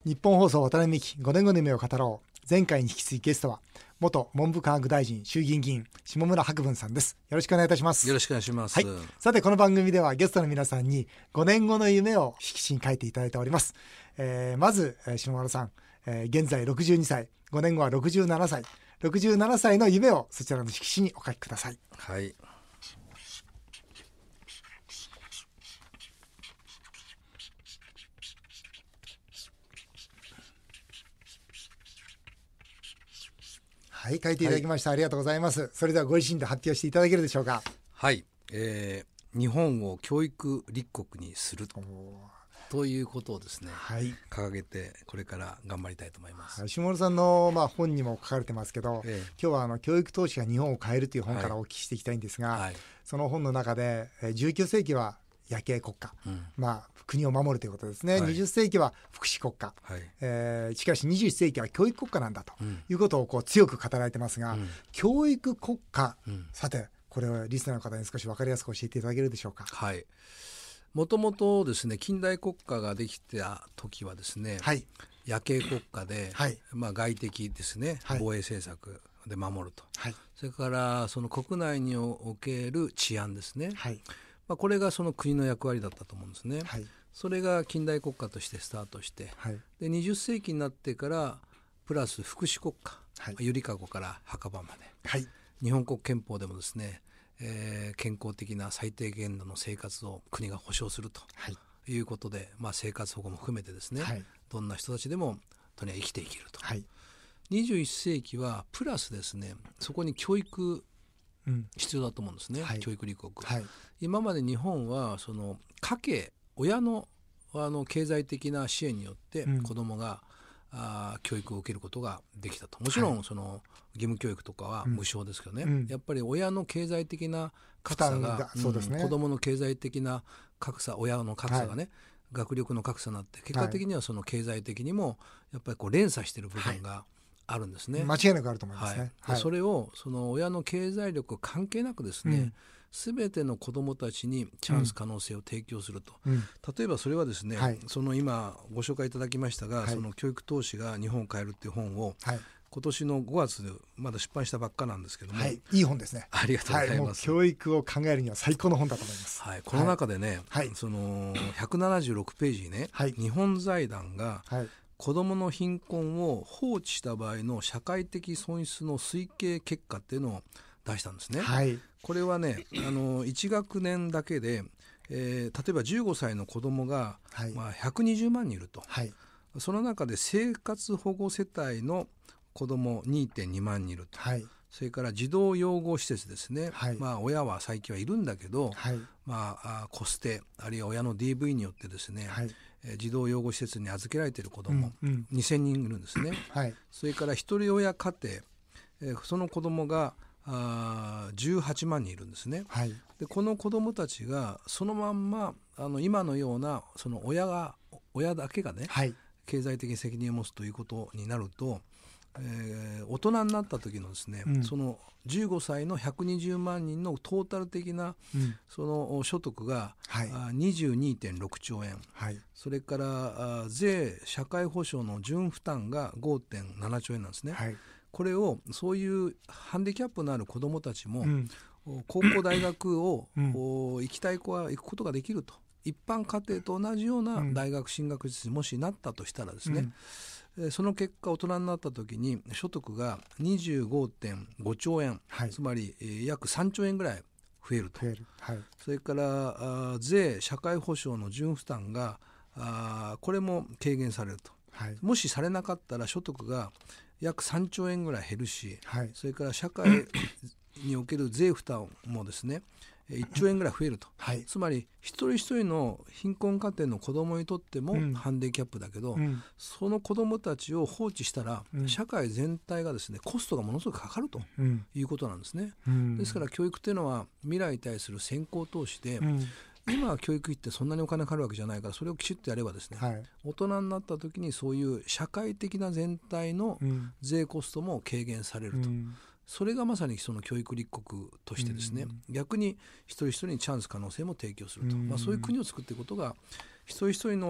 日本放送渡辺美希5年後の夢を語ろう。前回に引き続きゲストは元文部科学大臣衆議院議員下村博文さんです。よろしくお願いいたします。 よろしくお願いします。 はい、さてこの番組ではゲストの皆さんに5年後の夢を色紙に書いていただいております。まず下村さん、現在62歳、5年後は67歳、67歳の夢をそちらの色紙にお書きください。 はい。 はい、書いていただきました、はい、ありがとうございます。それではご自身で発表していただけるでしょうか。 はい、日本を教育立国にするということをですね、はい、掲げてこれから頑張りたいと思います。 下村さんの、本にも書かれてますけど、今日は教育投資が日本を変えるという本からお聞きしていきたいんですが、はい、その本の中で19世紀は夜景国家、国を守るということですね、はい、20世紀は福祉国家、はいしかし21世紀は教育国家なんだということを強く語られてますが、教育国家、さてこれをリスナーの方に少し分かりやすく教えていただけるでしょうか。 はい、もともとですね、近代国家ができた時はですね、はい、夜景国家で、はい、外敵ですね、はい、防衛政策で守ると、はい、それからその国内における治安ですね、はい、これがその国の役割だったと思うんですね、はい、それが近代国家としてスタートして、はい、で20世紀になってからプラス福祉国家、はい、ゆりかごから墓場まで、はい、日本国憲法でもですね、健康的な最低限度の生活を国が保障するということで、生活保護も含めてですね、はい、どんな人たちでもとにかく生きていけると、はい、21世紀はプラスですね、そこに教育必要だと思うんですね、はい、教育立国、はい、今まで日本はその家計親の経済的な支援によって子どもが、教育を受けることができたと。もちろんその義務教育とかは無償ですけどね、やっぱり親の経済的な格差が、そうですね、子どもの経済的な格差、親の格差がね、はい、学力の格差になって結果的にはその経済的にもやっぱり連鎖している部分があるんですね、 間違いなくあると思いますね、 はい、それをその親の経済力関係なくですね、全ての子どもたちにチャンス可能性を提供すると、例えばそれはですね、はい、その今ご紹介いただきましたが、はい、その教育投資が日本を変えるっていう本を、はい、今年の5月でまだ出版したばっかなんですけども、 はい、いい本ですね。 ありがとうございます、 はい、もう教育を考えるには最高の本だと思います、 はい、この中でね、はい、その176ページにね、はい、日本財団が、はい、子どもの貧困を放置した場合の社会的損失の推計結果っていうのを出したんですね、はい、これはね1学年だけで、例えば15歳の子どもが、はい、120万人いると、はい、その中で生活保護世帯の子ども 2.2 万人いると、はい、それから児童養護施設ですね、はい、親は最近はいるんだけど、はい、子捨てあるいは親の DV によってですね、はい、児童養護施設に預けられている子ども、2000人いるんですね、はい、それから一人親家庭、その子どもが18万人いるんですね、はい、でこの子どもたちがそのまんま今のようなその親だけがね、はい、経済的責任を持つということになると、大人になった時のですね、その15歳の120万人のトータル的な、その所得が、はい、22.6 兆円、はい、それから税社会保障の純負担が 5.7 兆円なんですね、はい、これをそういうハンディキャップのある子どもたちも、高校大学を、行きたい子は行くことができると、一般家庭と同じような大学進学率にもしなったとしたらですね、その結果大人になった時に所得が 25.5 兆円、はい、つまり、約3兆円ぐらい増えると、はい、それから税社会保障の純負担がこれも軽減されると、はい、もしされなかったら所得が約3兆円ぐらい減るし、はい、それから社会における税負担もですね1兆円ぐらい増えると、はい、つまり一人一人の貧困家庭の子どもにとってもハンディキャップだけど、その子どもたちを放置したら、社会全体がですねコストがものすごくかかるということなんですね、ですから教育というのは未来に対する先行投資で、今は教育費ってそんなにお金かかるわけじゃないから、それをきちっとやればですね、はい、大人になった時にそういう社会的な全体の税コストも軽減されると、それがまさにその教育立国としてですね、逆に一人一人にチャンス可能性も提供すると、そういう国を作っていくことが一人一人の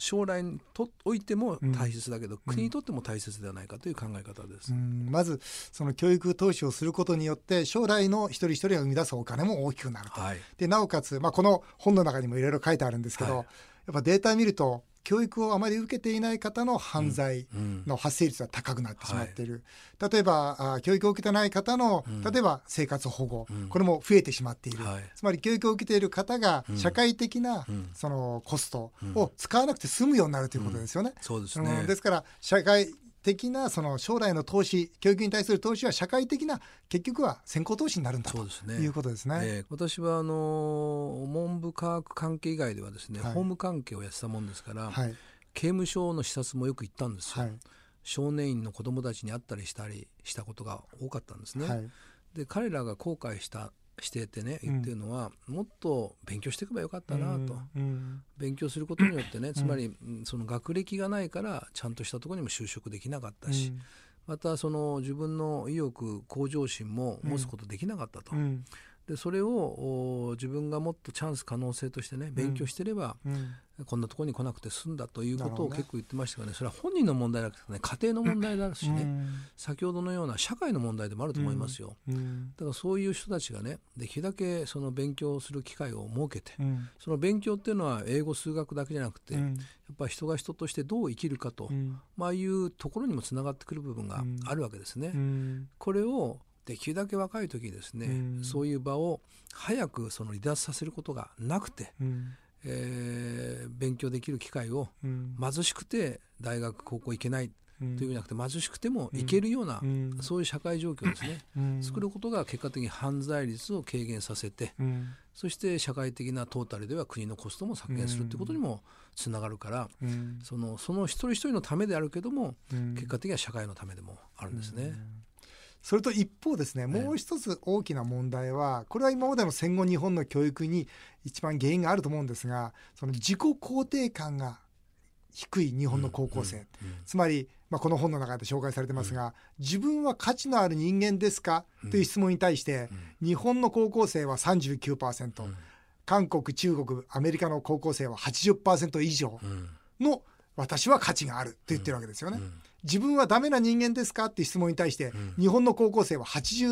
将来にとおいても大切だけど、国にとっても大切ではないかという考え方です。 まずその教育投資をすることによって将来の一人一人が生み出すお金も大きくなると、でなおかつ、この本の中にもいろいろ書いてあるんですけど、やっぱデータ見ると教育をあまり受けていない方の犯罪の発生率が高くなってしまっている、例えば教育を受けてない方の例えば生活保護、これも増えてしまっている、つまり教育を受けている方が社会的なそのコストを使わなくて済むようになるということですよね。 そうですね。 ですから社会的なその将来の投資、教育に対する投資は社会的な結局は先行投資になるんだということですね。 私は文部科学関係以外ではですね、法務関係をやってたもんですから、刑務所の視察もよく行ったんですよ。少年院の子どもたちに会ったりしたことが多かったんですね。で彼らが後悔しててね言ってるのは、もっと勉強していけばよかったなと、勉強することによってね、つまりその学歴がないからちゃんとしたところにも就職できなかったし、またその自分の意欲向上心も持つことできなかったと、でそれを自分がもっとチャンス可能性としてね勉強してれば、こんなところに来なくて済んだということを結構言ってましたがね、それは本人の問題じゃなくてね、家庭の問題だしね、先ほどのような社会の問題でもあると思いますよ。だからそういう人たちがねできるだけその勉強する機会を設けて、その勉強っていうのは英語数学だけじゃなくて、やっぱり人が人としてどう生きるかと、いうところにもつながってくる部分があるわけですね。これをできるだけ若い時にですね、そういう場を早くその離脱させることがなくて、勉強できる機会を貧しくて大学高校行けないというんじゃなくて、貧しくても行けるような、そういう社会状況ですね、作ることが結果的に犯罪率を軽減させて、そして社会的なトータルでは国のコストも削減するということにもつながるから、その一人一人のためであるけども、結果的には社会のためでもあるんですね。 それと一方ですね、もう一つ大きな問題は、これは今までの戦後日本の教育に一番原因があると思うんですが、その自己肯定感が低い日本の高校生、つまり、この本の中で紹介されてますが、自分は価値のある人間ですかという質問に対して、日本の高校生は 39%、韓国、中国、アメリカの高校生は 80% 以上の私は価値があると言ってるわけですよね。自分はダメな人間ですかっていう質問に対して、日本の高校生は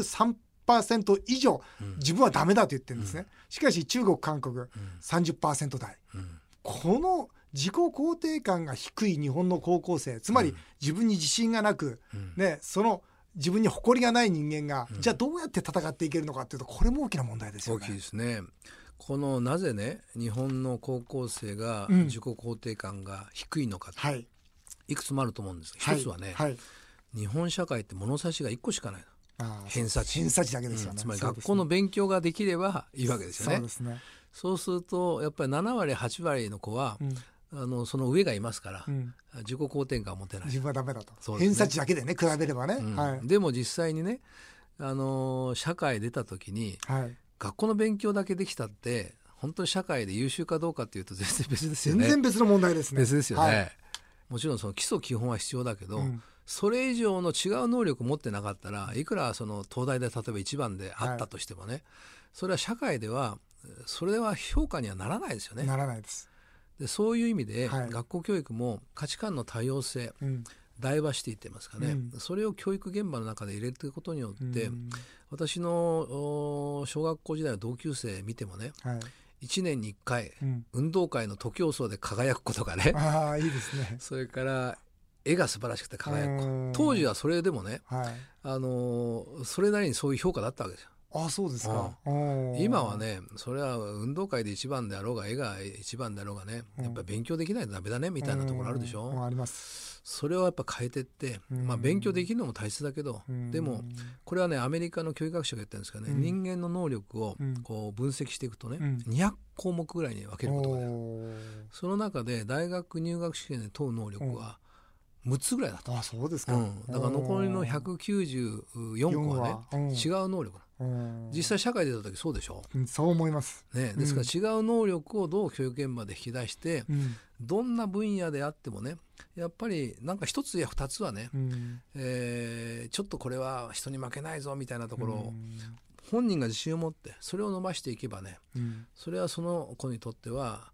83% 以上、自分はダメだと言ってるんですね。しかし中国、韓国、30% 台、この自己肯定感が低い日本の高校生、つまり自分に自信がなく、その自分に誇りがない人間が、じゃあどうやって戦っていけるのかっていうと、これも大きな問題ですよね。 大きいですね。このなぜね日本の高校生が自己肯定感が低いのか、いくつもあると思うんですが、一つはね、日本社会って物差しが1個しかないの。偏差値だけですよね。 つまり学校の勉強ができればいいわけですよね。そうするとやっぱり7割8割の子は、その上がいますから、自己肯定感を持てない。 自分はダメだと、偏差値だけでね比べればね、 でも実際にね、社会出た時に、学校の勉強だけできたって本当に社会で優秀かどうかっていうと全然別ですよね。 全然別の問題ですね。 別ですよね。もちろんその基礎基本は必要だけど、それ以上の違う能力を持ってなかったら、いくらその東大で例えば一番であったとしてもね、それは社会ではそれは評価にはならないですよね。 ならないです。 でそういう意味で、学校教育も価値観の多様性、ダイバーシティって言いますかね、それを教育現場の中で入れていくことによって、私の小学校時代の同級生見てもね、1年に1回、運動会の徒競走で輝くことがね、 いいですね。 それから絵が素晴らしくて輝く子、当時はそれでもね、それなりにそういう評価だったわけですよ。 そうですか。 今はね、それは運動会で一番であろうが絵が一番であろうがね、やっぱり勉強できないとダメだねみたいなところあるでしょ。 あります。 それをやっぱ変えていって、勉強できるのも大切だけど、でもこれはねアメリカの教育学者が言ってるんですけどね、人間の能力をこう分析していくとね、200項目ぐらいに分けることができる。その中で大学入学試験で問う能力は6つぐらいだと。 そうですか。 だから残りの194個はね、違う能力なの。実際社会で出た時そうでしょ。 そう思います、 ですから違う能力をどう教育現場で引き出して、どんな分野であってもね、やっぱりなんか一つや二つはね、ちょっとこれは人に負けないぞみたいなところを本人が自信を持ってそれを伸ばしていけばね、それはその子にとっては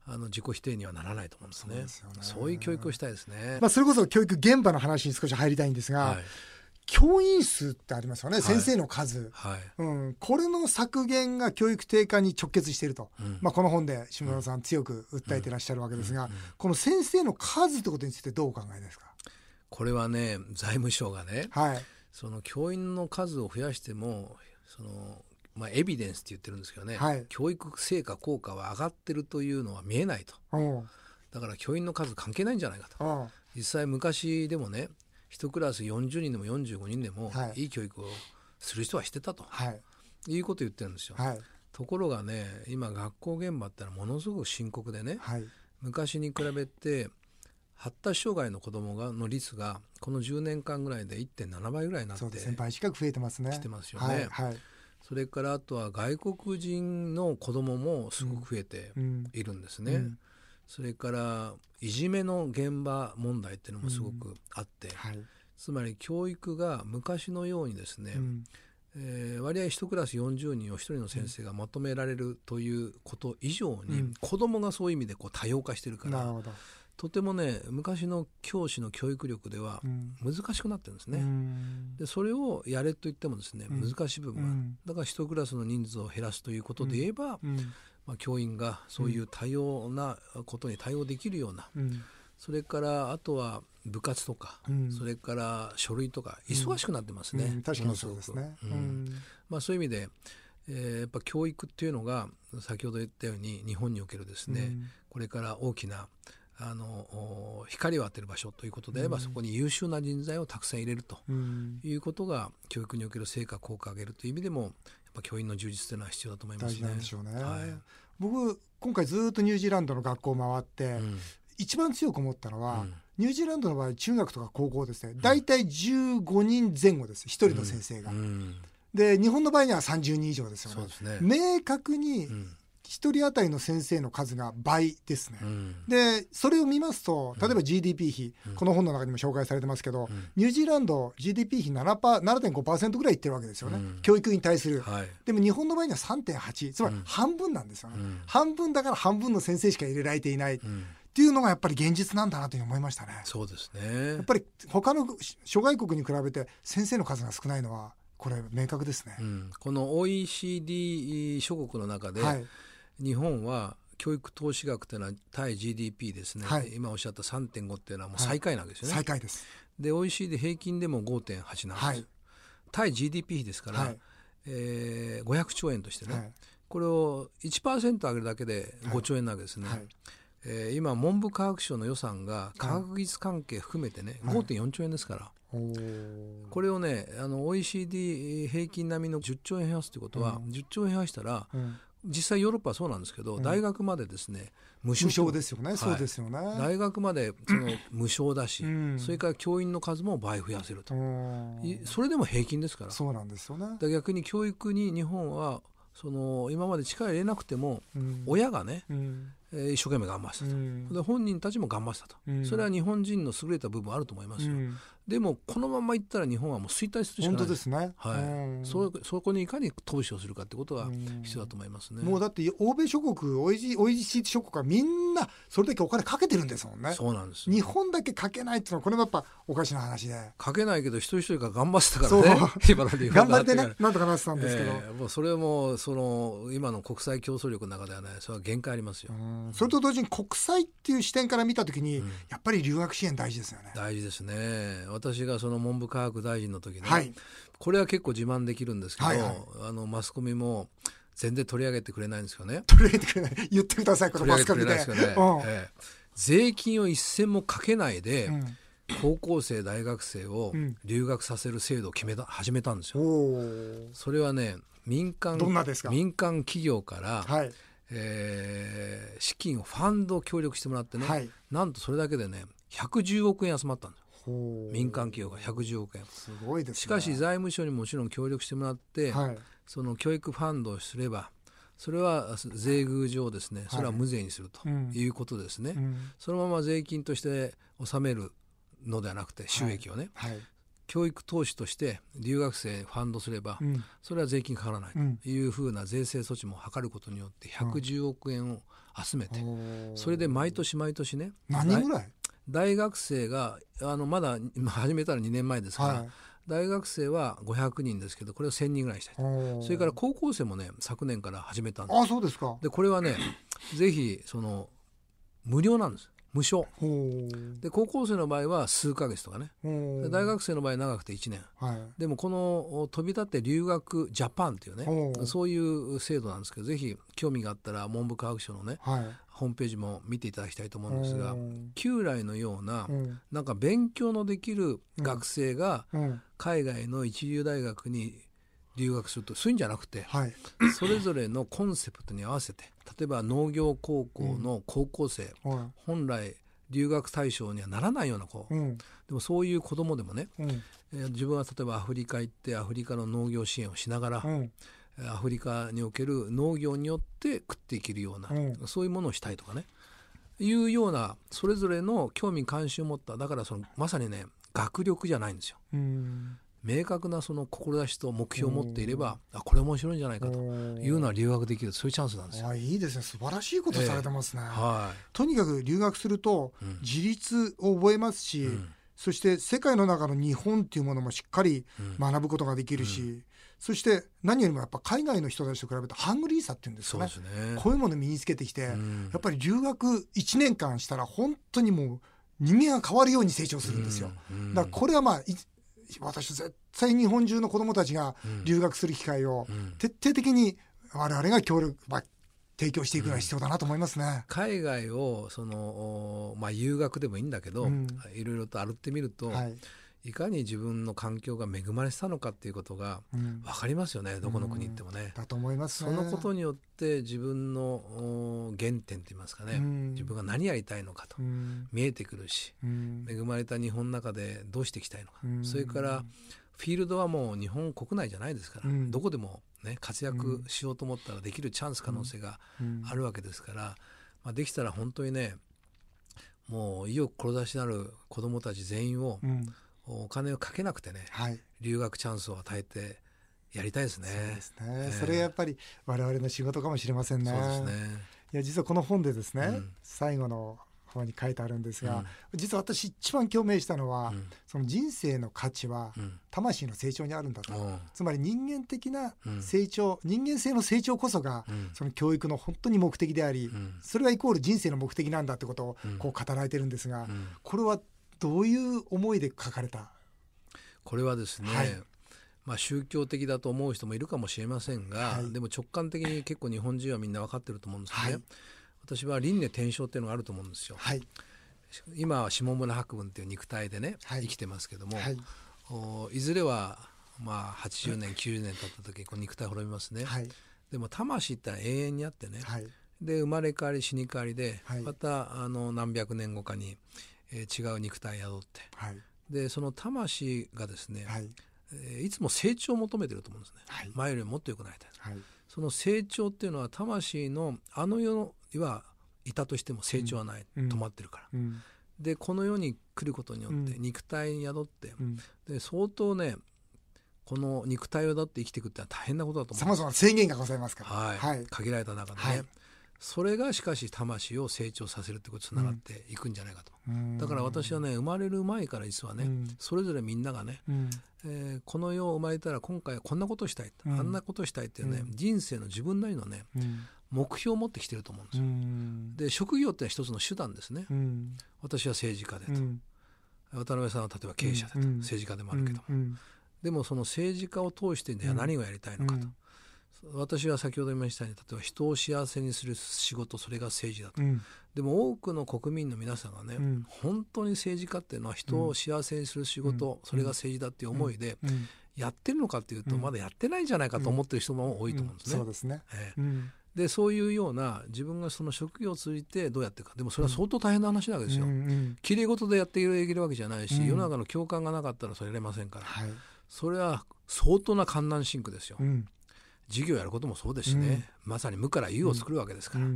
自己否定にはならないと思うんですね。そういう教育をしたいですね。 それこそ教育現場の話に少し入りたいんですが、教員数ってありますよね、先生の数、これの削減が教育低下に直結していると、この本で下村さん強く訴えていらっしゃるわけですが、この先生の数ということについてどうお考えですか？ これはね、財務省がね、その教員の数を増やしてもエビデンスって言ってるんですけどね、教育成果効果は上がってるというのは見えないと。だから教員の数関係ないんじゃないかと。実際昔でもね、1クラス40人でも45人でもいい教育をする人はしてたと、いうことを言ってるんですよ。ところがね、今学校現場ってのはものすごく深刻でね、昔に比べて発達障害の子どもの率がこの10年間ぐらいで 1.7 倍ぐらいになって 1000倍近く増えてますね。 来てますよね。それからあとは外国人の子どももすごく増えているんですね。それからいじめの現場問題っていうのもすごくあって、つまり教育が昔のようにですね、割合1クラス40人を1人の先生がまとめられるということ以上に、子どもがそういう意味で多様化してるから、とてもね、昔の教師の教育力では難しくなってるんですね。でそれをやれと言ってもですね、難しい部分が、だから1クラスの人数を減らすということで言えば、教員がそういう多様なことに対応できるような、それからあとは部活とか、それから書類とか忙しくなってますね。 確かにそうですね。 そういう意味で、やっぱ教育っていうのが先ほど言ったように日本におけるですね、これから大きな光を当てる場所ということであれば、そこに優秀な人材をたくさん入れるということが、教育における成果効果を上げるという意味でもやっぱ教員の充実というのは必要だと思いますね。 大事なんでしょうね。僕今回ずっとニュージーランドの学校を回って、一番強く思ったのは、ニュージーランドの場合中学とか高校ですね、だいたい15人前後です、1人の先生が。で日本の場合には30人以上ですよね。明確に1人当たりの先生の数が倍ですね。でそれを見ますと、例えば GDP 比、この本の中にも紹介されてますけど、ニュージーランド GDP 比 7.5% ぐらいいってるわけですよね、教育に対する。でも日本の場合には 3.8、 つまり半分なんですよね。半分だから半分の先生しか入れられていないっていうのがやっぱり現実なんだなというふうに思いましたね。 そうですね。 やっぱり他の諸外国に比べて先生の数が少ないのはこれ明確ですね。 この OECD 諸国の中で、日本は教育投資額というのは対 GDP ですね、今おっしゃった 3.5 っていうのはもう最下位なんですよね。 最下位です。 で OECD 平均でも 5.8 なんですよ。対 GDP 比ですから、500兆円としてね、これを 1% 上げるだけで5兆円なわけですね。今文部科学省の予算が科学技術関係含めてね、5.4 兆円ですから、これをねOECD 平均並みの10兆円減らすということは、10兆円減らしたら、実際ヨーロッパはそうなんですけど、大学までですね無償ですよね。そうですよね。 大学まで無償だし、それから教員の数も倍増やせると、それでも平均ですから。 そうなんですよね。 逆に教育に日本は今まで力入れなくても、親がね、一生懸命頑張ってたと、で本人たちも頑張ってたと、それは日本人の優れた部分あると思いますよ。でもこのままいったら日本はもう衰退するしかない。 本当ですね。 そこにいかに投資をするかってことが必要だと思いますね。 もうだって欧米諸国 OECD 諸国はみんなそれだけお金かけてるんですもんね。 そうなんです。 日本だけかけないっていうのはこれもやっぱおかしな話で、 かけないけど一人一人が頑張ってたからね。今の日本頑張ってね、なんとかなってたんですけど、 もうそれも今の国際競争力の中ではね、それは限界ありますよ。 それと同時に国際っていう視点から見たときに、やっぱり留学支援大事ですよね。 大事ですね。私が文部科学大臣の時ね、これは結構自慢できるんですけど、マスコミも全然取り上げてくれないんですよね。 取り上げてくれない。言ってください、このマスコミで。 税金を一銭もかけないで、高校生大学生を留学させる制度を始めたんですよ。それはね、民間企業から、資金をファンドを協力してもらってね、なんとそれだけでね110億円集まったんです。民間企業が110億円。 すごいですね。 しかし財務省にもちろん協力してもらって、その教育ファンドをすれば、それは税宮上ですね、それは無税にするということですね。そのまま税金として納めるのではなくて、収益をね、 教育投資として留学生ファンドすれば、それは税金かからないというふうな税制措置も図ることによって110億円を集めて、それで毎年毎年ね、 何人ぐらい大学生がまだ始めたら2年前ですから、大学生は500人ですけど、これを1000人ぐらいにしたいと。それから高校生もね、昨年から始めたんです。 あ、そうですか。 でこれはねぜひ無料なんです。無償で、高校生の場合は数ヶ月とかね、で大学生の場合長くて1年、でもこの飛び立って留学ジャパンっていうね、そういう制度なんですけど、ぜひ興味があったら文部科学省のね、ホームページも見ていただきたいと思うんですが、旧来のような、なんか勉強のできる学生が海外の一流大学に留学すると、そういうんじゃなくて、それぞれのコンセプトに合わせて、例えば農業高校の高校生、本来留学対象にはならないような子、でもそういう子どもでもね、自分は例えばアフリカ行ってアフリカの農業支援をしながら、アフリカにおける農業によって食っていけるような、そういうものをしたいとかね、いうようなそれぞれの興味関心を持った、だからまさにね、学力じゃないんですよ。明確な志と目標を持っていれば、これ面白いんじゃないかというのは留学できる、そういうチャンスなんですよ。 いいですね、素晴らしいことされてますね。とにかく留学すると自立を覚えますし、そして世界の中の日本っていうものもしっかり学ぶことができるし、そして何よりもやっぱ海外の人たちと比べてハングリーさっていうんですかね、こういうものを身につけてきて、やっぱり留学1年間したら本当にもう人間が変わるように成長するんですよ。だからこれは私絶対日本中の子どもたちが留学する機会を徹底的に我々が協力、提供していくのが必要だなと思いますね。 海外を留学でもいいんだけど、いろいろと歩ってみると、いかに自分の環境が恵まれてたのかっていうことが分かりますよね、どこの国行ってもね。 だと思いますね。 そのことによって自分の原点といいますかね、自分が何やりたいのかと見えてくるし、恵まれた日本の中でどうしていきたいのか、それからフィールドはもう日本国内じゃないですから、どこでも、活躍しようと思ったらできるチャンス可能性があるわけですから、できたら本当にね、もう意欲志のある子どもたち全員を、お金をかけなくてね、留学チャンスを与えてやりたいですね。 そうですね、それがやっぱり我々の仕事かもしれませんね。 そうですね。 いや、実はこの本でですね、最後の方に書いてあるんですが、実は私一番共鳴したのは、その人生の価値は魂の成長にあるんだと、つまり人間的な成長、人間性の成長こそが、その教育の本当に目的であり、それがイコール人生の目的なんだってことをこう語られてるんですが、これはどういう思いで書かれた？ これはですね、宗教的だと思う人もいるかもしれませんが、でも直感的に結構日本人はみんな分かってると思うんですよね。私は輪廻転生っていうのがあると思うんですよ。今は下村博文っていう肉体でね、生きてますけども、いずれは80年90年経った時こう肉体滅びますね。でも魂って永遠にあってね、で生まれ変わり死に変わりで、また何百年後かに違う肉体宿って、でその魂がですね、いつも成長を求めてると思うんですね。前よりもっと良くなりたい、その成長っていうのは魂の世にはいたとしても成長はない、止まってるから、でこの世に来ることによって肉体に宿って、で相当ね、この肉体を宿って生きていくってのは大変なことだと思う。 さまざまな制限がございますから、 限られた中でね、それがしかし魂を成長させるってことにつながっていくんじゃないかと、だから私はね、生まれる前から実はね、それぞれみんながね、この世を生まれたら今回はこんなことしたい、あんなことしたいっていうね、人生の自分なりのね、目標を持ってきてると思うんですよ。で職業って一つの手段ですね。私は政治家でと、渡辺さんは例えば経営者でと、政治家でもあるけども、でもその政治家を通して何をやりたいのかと、私は先ほど言いましたように、例えば人を幸せにする仕事、それが政治だと、でも多くの国民の皆さんがね、本当に政治家っていうのは人を幸せにする仕事、それが政治だっていう思いでやってるのかっていうと、まだやってないんじゃないかと思ってる人も多いと思うんですね。 そうですね。 でそういうような自分がその職業を通じてどうやっていくか、でもそれは相当大変な話なわけですよ。きれい事でやっていけるわけじゃないし、世の中の共感がなかったらそれやれませんから、それは相当な艱難辛苦ですよ。事業やることもそうですしね、まさに無から有を作るわけですから、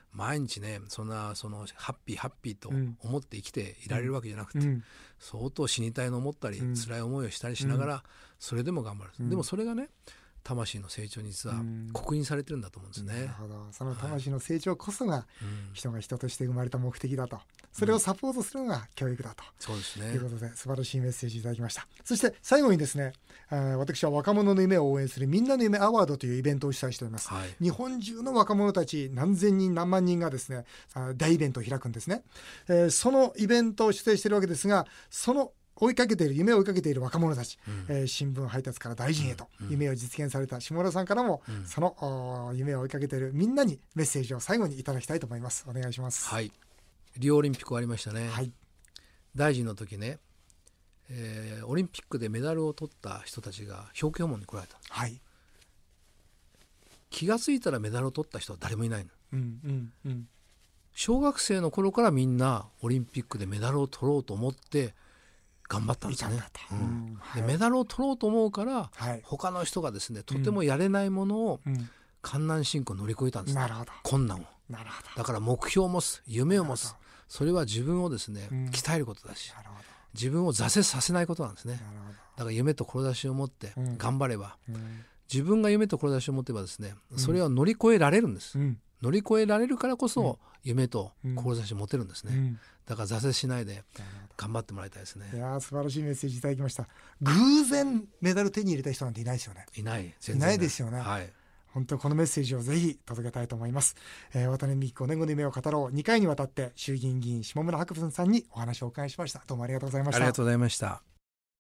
毎日ねそのハッピーと思って生きていられるわけじゃなくて、相当死にたいの思ったり、辛い思いをしたりしながら、それでも頑張る、でもそれがね魂の成長に実は刻印されてるんだと思うんですね。 なるほど。その魂の成長こそが人が人として生まれた目的だと、それをサポートするのが教育だと、 そうですね、 ということで素晴らしいメッセージいただきました。そして最後にですね、私は若者の夢を応援するみんなの夢アワードというイベントを主催しております、日本中の若者たち何千人何万人がですね大イベントを開くんですね、そのイベントを主催しているわけですが、その夢を追いかけている若者たち、新聞配達から大臣へと夢を実現された下村さんからも、その夢を追いかけているみんなにメッセージを最後にいただきたいと思います。お願いします。 はい、リオオリンピック終わりましたね、 はい、 大臣の時ね、オリンピックでメダルを取った人たちが表敬訪問に来られた、 はい、 気がついたらメダルを取った人は誰もいないの、小学生の頃からみんなオリンピックでメダルを取ろうと思って頑張ったんですね、でメダルを取ろうと思うから、他の人がですねとてもやれないものを、艱難辛苦を乗り越えたんです、困難を。だから目標を持つ、夢を持つ、それは自分をですね、鍛えることだし、自分を挫折させないことなんですね。だから夢と志を持って頑張れば、自分が夢と志を持てばですね、それは乗り越えられるんです、乗り越えられるからこそ夢と志を持てるんですね、だから挫折しないで頑張ってもらいたいですね。 いや素晴らしいメッセージいただきました。偶然メダル手に入れた人なんていないですよね。 いない、 全然いないですよね、本当にこのメッセージをぜひ届けたいと思います。渡辺美希5年後の夢を語ろう、2回にわたって衆議院議員下村博文さんにお話をお伺いしました。どうもありがとうございました。 ありがとうございました。